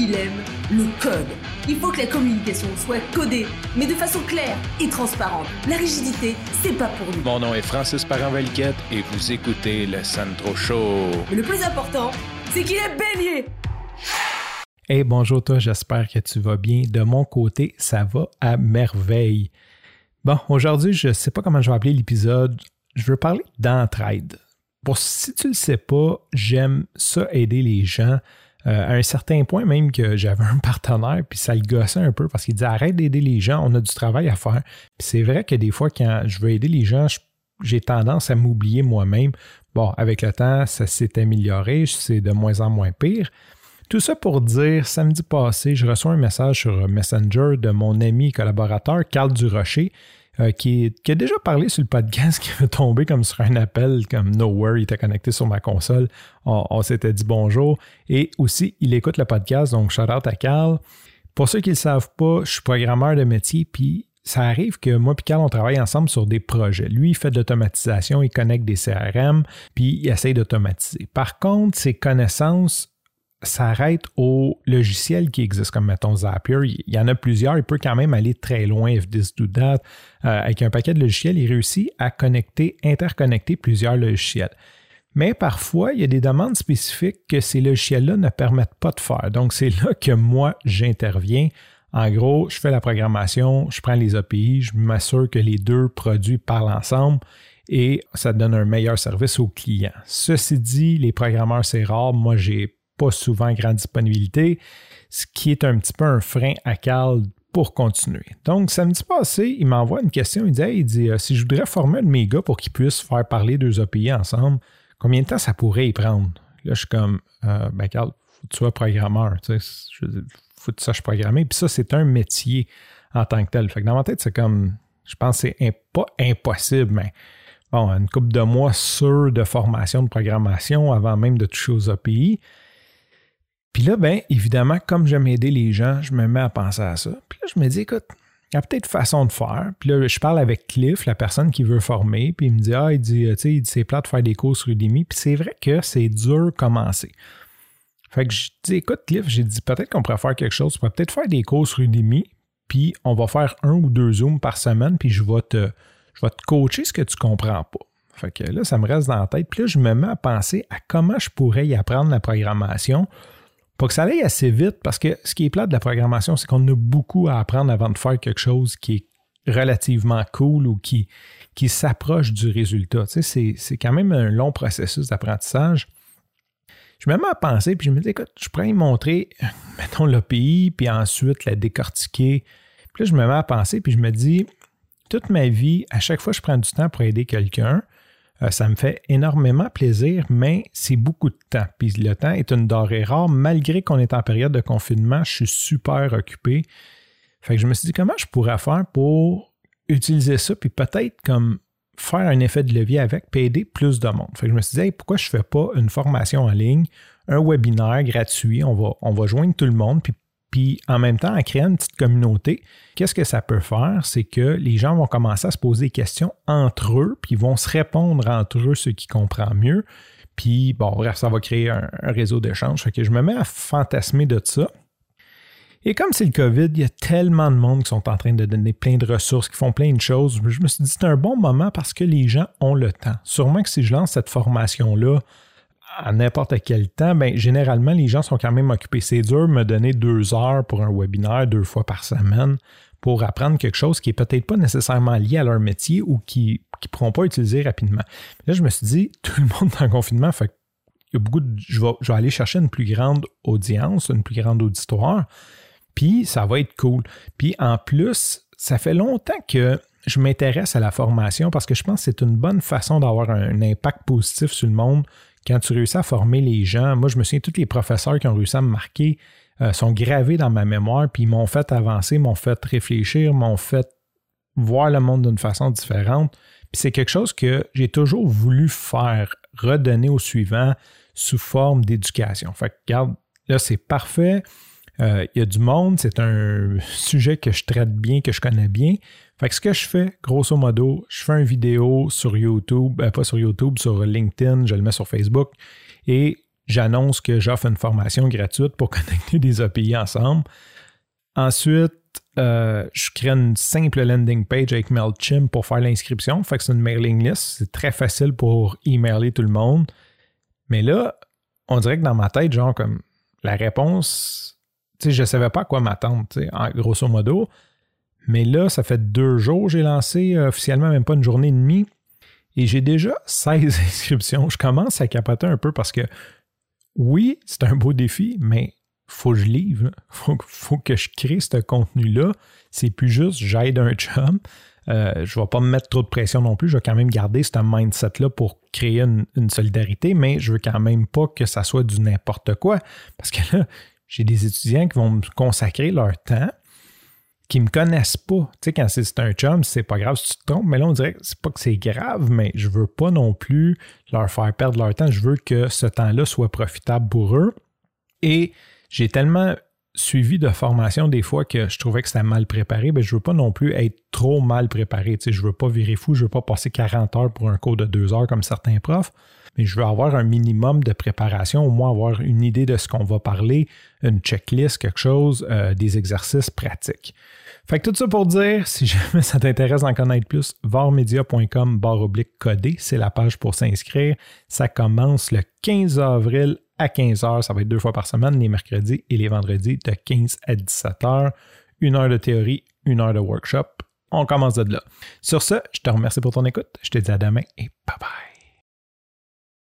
il aime le code. Il faut que la communication soit codée, mais de façon claire et transparente. La rigidité, c'est pas pour nous. Mon nom est Francis Parent-Valquette et vous écoutez le Sandro Show. Mais le plus important, c'est qu'il est bélier. Hey, bonjour toi, j'espère que tu vas bien. De mon côté, ça va à merveille. Bon, aujourd'hui, je ne sais pas comment je vais appeler l'épisode. Je veux parler d'entraide. Pour si tu ne le sais pas, j'aime ça aider les gens. À un certain point même que j'avais un partenaire, puis ça le gossait un peu parce qu'il disait arrête d'aider les gens, on a du travail à faire. Puis c'est vrai que des fois, quand je veux aider les gens, j'ai tendance à m'oublier moi-même. Bon, avec le temps, ça s'est amélioré, c'est de moins en moins pire. Tout ça pour dire, samedi passé, je reçois un message sur Messenger de mon ami et collaborateur, Carl Durocher, qui a déjà parlé sur le podcast, qui est tombé comme sur un appel, comme nowhere, il était connecté sur ma console, on s'était dit bonjour, et aussi, il écoute le podcast, donc shout out à Carl. Pour ceux qui ne le savent pas, je suis programmeur de métier, puis ça arrive que moi et Carl, on travaille ensemble sur des projets. Lui, il fait de l'automatisation, il connecte des CRM, puis il essaye d'automatiser. Par contre, ses connaissances s'arrête au logiciel qui existe, comme mettons Zapier. Il y en a plusieurs, il peut quand même aller très loin, if this do that. Avec un paquet de logiciels, il réussit à interconnecter plusieurs logiciels. Mais parfois, il y a des demandes spécifiques que ces logiciels-là ne permettent pas de faire. Donc, c'est là que moi, j'interviens. En gros, je fais la programmation, je prends les API, je m'assure que les deux produits parlent ensemble et ça donne un meilleur service au client. Ceci dit, les programmeurs, c'est rare. Moi, j'ai pas souvent grande disponibilité, ce qui est un petit peu un frein à Carl pour continuer. Donc, samedi passé, il m'envoie une question, il dit si je voudrais former un de mes gars pour qu'ils puissent faire parler deux API ensemble, combien de temps ça pourrait y prendre? Là, je suis comme, Carl, faut que tu sois programmeur, tu sais, faut que tu saches programmer, puis ça, c'est un métier en tant que tel. Fait que dans ma tête, c'est comme, je pense que c'est pas impossible, mais bon, une couple de mois sûrs de formation de programmation avant même de toucher aux API. Puis là, bien, évidemment, comme j'aime aider les gens, je me mets à penser à ça. Puis là, je me dis, écoute, il y a peut-être façon de faire. Puis là, je parle avec Cliff, la personne qui veut former, puis il me dit, tu sais, c'est plate de faire des courses Udemy. Puis c'est vrai que c'est dur commencer. Fait que je dis, écoute, Cliff, j'ai dit, peut-être qu'on pourrait faire quelque chose. On pourrait peut-être faire des courses Udemy, puis on va faire 1 ou 2 Zooms par semaine, puis je vais te coacher ce que tu comprends pas. Fait que là, ça me reste dans la tête. Puis là, je me mets à penser à comment je pourrais y apprendre la programmation. Pour que ça aille assez vite, parce que ce qui est plate de la programmation, c'est qu'on a beaucoup à apprendre avant de faire quelque chose qui est relativement cool ou qui s'approche du résultat. Tu sais, c'est quand même un long processus d'apprentissage. Je me mets à penser, puis je me dis, écoute, je pourrais y montrer, mettons, l'API, puis ensuite la décortiquer. Puis là, je me mets à penser, puis je me dis, toute ma vie, à chaque fois que je prends du temps pour aider quelqu'un, ça me fait énormément plaisir, mais c'est beaucoup de temps. Puis le temps est une denrée rare. Malgré qu'on est en période de confinement, je suis super occupé. Fait que je me suis dit, comment je pourrais faire pour utiliser ça, puis peut-être comme faire un effet de levier avec, puis aider plus de monde. Fait que je me suis dit, hey, pourquoi je ne fais pas une formation en ligne, un webinaire gratuit, on va joindre tout le monde, puis en même temps, en créant une petite communauté, qu'est-ce que ça peut faire? C'est que les gens vont commencer à se poser des questions entre eux, puis ils vont se répondre entre eux, ceux qui comprennent mieux. Puis, bon, bref, ça va créer un réseau d'échange. Fait que je me mets à fantasmer de ça. Et comme c'est le COVID, il y a tellement de monde qui sont en train de donner plein de ressources, qui font plein de choses. Je me suis dit, c'est un bon moment parce que les gens ont le temps. Sûrement que si je lance cette formation-là, à n'importe quel temps, bien, généralement, les gens sont quand même occupés. C'est dur de me donner 2 heures pour un webinaire 2 fois par semaine pour apprendre quelque chose qui n'est peut-être pas nécessairement lié à leur métier ou qui ne pourront pas utiliser rapidement. Là, je me suis dit, tout le monde est en confinement, fait il y a beaucoup je vais aller chercher une plus grande audience, une plus grande auditoire, puis ça va être cool. Puis en plus, ça fait longtemps que je m'intéresse à la formation parce que je pense que c'est une bonne façon d'avoir un impact positif sur le monde. Quand tu réussis à former les gens, moi je me souviens, tous les professeurs qui ont réussi à me marquer sont gravés dans ma mémoire, puis ils m'ont fait avancer, m'ont fait réfléchir, m'ont fait voir le monde d'une façon différente. Puis c'est quelque chose que j'ai toujours voulu faire, redonner au suivant sous forme d'éducation. Fait que regarde, là c'est parfait. Il y a du monde, c'est un sujet que je traite bien, que je connais bien. Fait que ce que je fais, grosso modo, je fais une vidéo sur YouTube, pas sur YouTube, sur LinkedIn, je le mets sur Facebook et j'annonce que j'offre une formation gratuite pour connecter des API ensemble. Ensuite, je crée une simple landing page avec MailChimp pour faire l'inscription. Fait que c'est une mailing list. C'est très facile pour emailer tout le monde. Mais là, on dirait que dans ma tête, genre comme la réponse, tu sais, je ne savais pas à quoi m'attendre, tu sais, grosso modo. Mais là, ça fait 2 jours que j'ai lancé officiellement, même pas une journée et demie. Et j'ai déjà 16 inscriptions. Je commence à capoter un peu parce que oui, c'est un beau défi, mais faut que je livre. Faut que je crée ce contenu-là. C'est plus juste j'aide un chum. Je ne vais pas me mettre trop de pression non plus. Je vais quand même garder ce mindset-là pour créer une solidarité, mais je veux quand même pas que ça soit du n'importe quoi. Parce que là, j'ai des étudiants qui vont me consacrer leur temps, qui ne me connaissent pas. Tu sais, quand c'est un chum, c'est pas grave si tu te trompes, mais là, on dirait que c'est pas que c'est grave, mais je veux pas non plus leur faire perdre leur temps. Je veux que ce temps-là soit profitable pour eux. Et j'ai tellement suivi de formation des fois que je trouvais que c'était mal préparé, mais je veux pas non plus être trop mal préparé. Tu sais, je veux pas virer fou, je veux pas passer 40 heures pour un cours de 2 heures comme certains profs, mais je veux avoir un minimum de préparation, au moins avoir une idée de ce qu'on va parler, une checklist, quelque chose, des exercices pratiques. Fait que tout ça pour dire, si jamais ça t'intéresse d'en connaître plus, varmedia.com/coder, c'est la page pour s'inscrire. Ça commence le 15 avril à 15h. Ça va être 2 fois par semaine, les mercredis et les vendredis de 15 à 17h. 1 heure de théorie, 1 heure de workshop. On commence de là. Sur ce, je te remercie pour ton écoute. Je te dis à demain et bye bye.